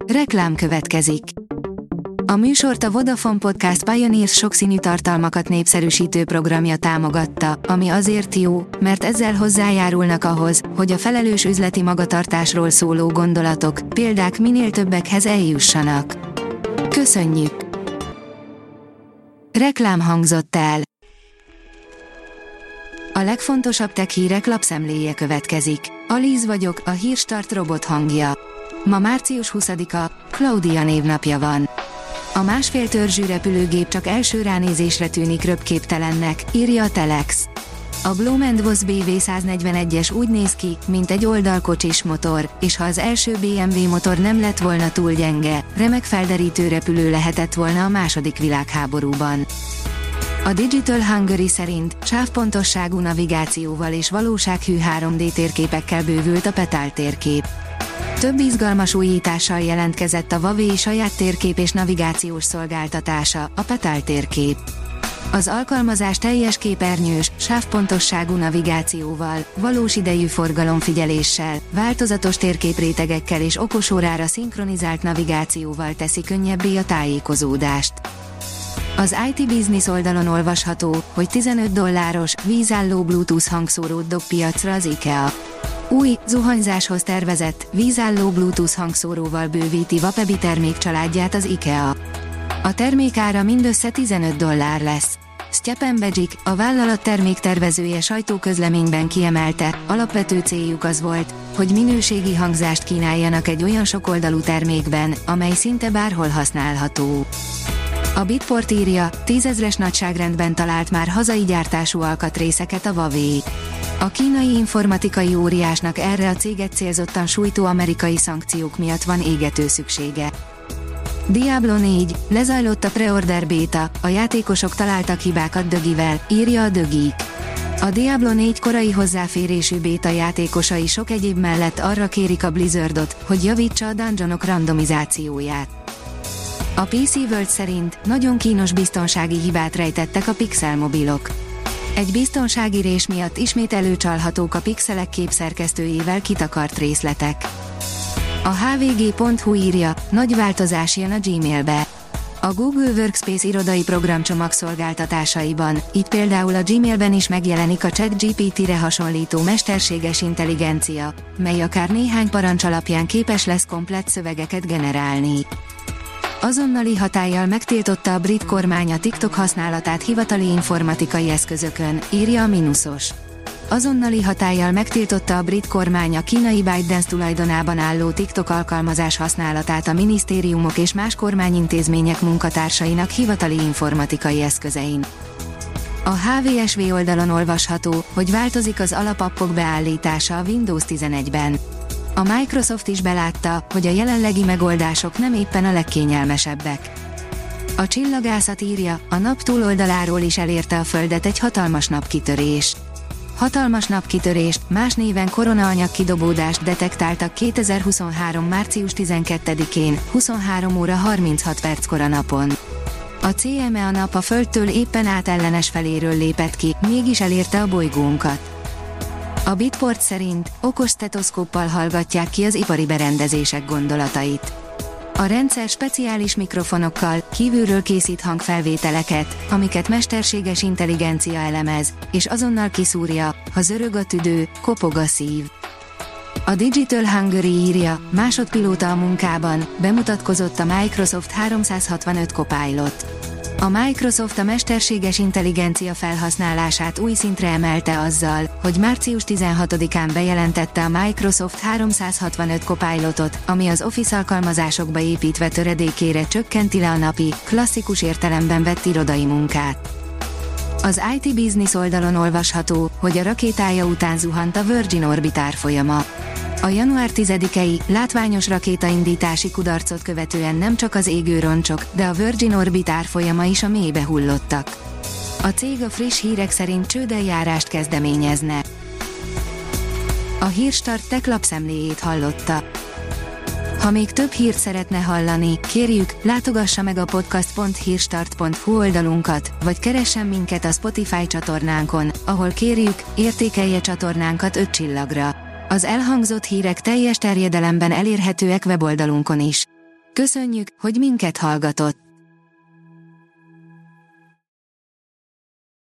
Reklám következik. A műsort a Vodafone Podcast Pioneers sokszínű tartalmakat népszerűsítő programja támogatta, ami azért jó, mert ezzel hozzájárulnak ahhoz, hogy a felelős üzleti magatartásról szóló gondolatok, példák minél többekhez eljussanak. Köszönjük! Reklám hangzott el. A legfontosabb tech hírek lapszemléje következik. Alíz vagyok, a Hírstart robot hangja. Ma március 20-a, Claudia névnapja van. A másfél törzsű repülőgép csak első ránézésre tűnik röpképtelennek, írja a Telex. A Bloom & Voss BV141-es úgy néz ki, mint egy oldalkocsis motor, és ha az első BMW motor nem lett volna túl gyenge, remek felderítő repülő lehetett volna a II. Világháborúban. A Digital Hungary szerint sávpontosságú navigációval és valósághű 3D térképekkel bővült a Petal térkép. Több izgalmas újítással jelentkezett a Huawei saját térkép és navigációs szolgáltatása, a Petal térkép. Az alkalmazás teljes képernyős, sávpontosságú navigációval, valós idejű forgalomfigyeléssel, változatos térképrétegekkel és okosórára szinkronizált navigációval teszi könnyebbé a tájékozódást. Az IT Business oldalon olvasható, hogy $15 vízálló Bluetooth hangszórót dob piacra az IKEA. Új, zuhanyzáshoz tervezett, vízálló Bluetooth hangszóróval bővíti Vapebi termékcsaládját az IKEA. A termék ára mindössze $15 lesz. Stjepan Bejic, a vállalat terméktervezője sajtóközleményben kiemelte, alapvető céljuk az volt, hogy minőségi hangzást kínáljanak egy olyan sokoldalú termékben, amely szinte bárhol használható. A Bitport írja, 10 000-es nagyságrendben talált már hazai gyártású alkatrészeket a Huawei. A kínai informatikai óriásnak erre a céget célzottan sújtó amerikai szankciók miatt van égető szüksége. Diablo 4, lezajlott a preorder béta, a játékosok találtak hibákat dögivel, írja a The Geek. A Diablo 4 korai hozzáférésű béta játékosai sok egyéb mellett arra kérik a Blizzardot, hogy javítsa a dungeonok randomizációját. A PC World szerint nagyon kínos biztonsági hibát rejtettek a Pixel mobilok. Egy biztonsági rés miatt ismét előcsalhatók a pixelek képszerkesztőjével kitakart részletek. A hvg.hu írja, nagy változás jön a Gmailbe. A Google Workspace irodai programcsomag szolgáltatásaiban, így például a Gmailben is megjelenik a ChatGPT-re hasonlító mesterséges intelligencia, mely akár néhány parancs alapján képes lesz komplett szövegeket generálni. Azonnali hatállyal megtiltotta a brit kormány a TikTok használatát hivatali informatikai eszközökön, írja a Minusos. Azonnali hatállyal megtiltotta a brit kormány a kínai ByteDance tulajdonában álló TikTok alkalmazás használatát a minisztériumok és más kormányintézmények munkatársainak hivatali informatikai eszközein. A HVSV oldalon olvasható, hogy változik az alapappok beállítása a Windows 11-ben. A Microsoft is belátta, hogy a jelenlegi megoldások nem éppen a legkényelmesebbek. A csillagászat írja, a nap túloldaláról is elérte a Földet egy hatalmas napkitörés. Hatalmas napkitörést, más néven koronaanyag kidobódást detektáltak 2023. március 12-én, 23 óra 36 perckor a napon. A CME a nap a Földtől éppen átellenes feléről lépett ki, mégis elérte a bolygónkat. A Bitport szerint okos stetoszkóppal hallgatják ki az ipari berendezések gondolatait. A rendszer speciális mikrofonokkal, kívülről készít hangfelvételeket, amiket mesterséges intelligencia elemez, és azonnal kiszúrja, ha zörög a tüdő, kopog a szív. A Digital Hungary írja, másodpilóta a munkában, bemutatkozott a Microsoft 365 Copilot. A Microsoft a mesterséges intelligencia felhasználását új szintre emelte azzal, hogy március 16-án bejelentette a Microsoft 365 Copilotot, ami az Office alkalmazásokba építve töredékére csökkenti le a napi, klasszikus értelemben vett irodai munkát. Az IT Business oldalon olvasható, hogy a rakétája után zuhant a Virgin Orbit árfolyama. A január 10-i, látványos rakétaindítási kudarcot követően nem csak az égő roncsok, de a Virgin Orbit árfolyama is a mélybe hullottak. A cég a friss hírek szerint csődeljárást kezdeményezne. A Hírstart tech lapszemléjét hallotta. Ha még több hírt szeretne hallani, kérjük, látogassa meg a podcast.hírstart.hu oldalunkat, vagy keressen minket a Spotify csatornánkon, ahol kérjük, értékelje csatornánkat 5 csillagra. Az elhangzott hírek teljes terjedelemben elérhetőek weboldalunkon is. Köszönjük, hogy minket hallgatott!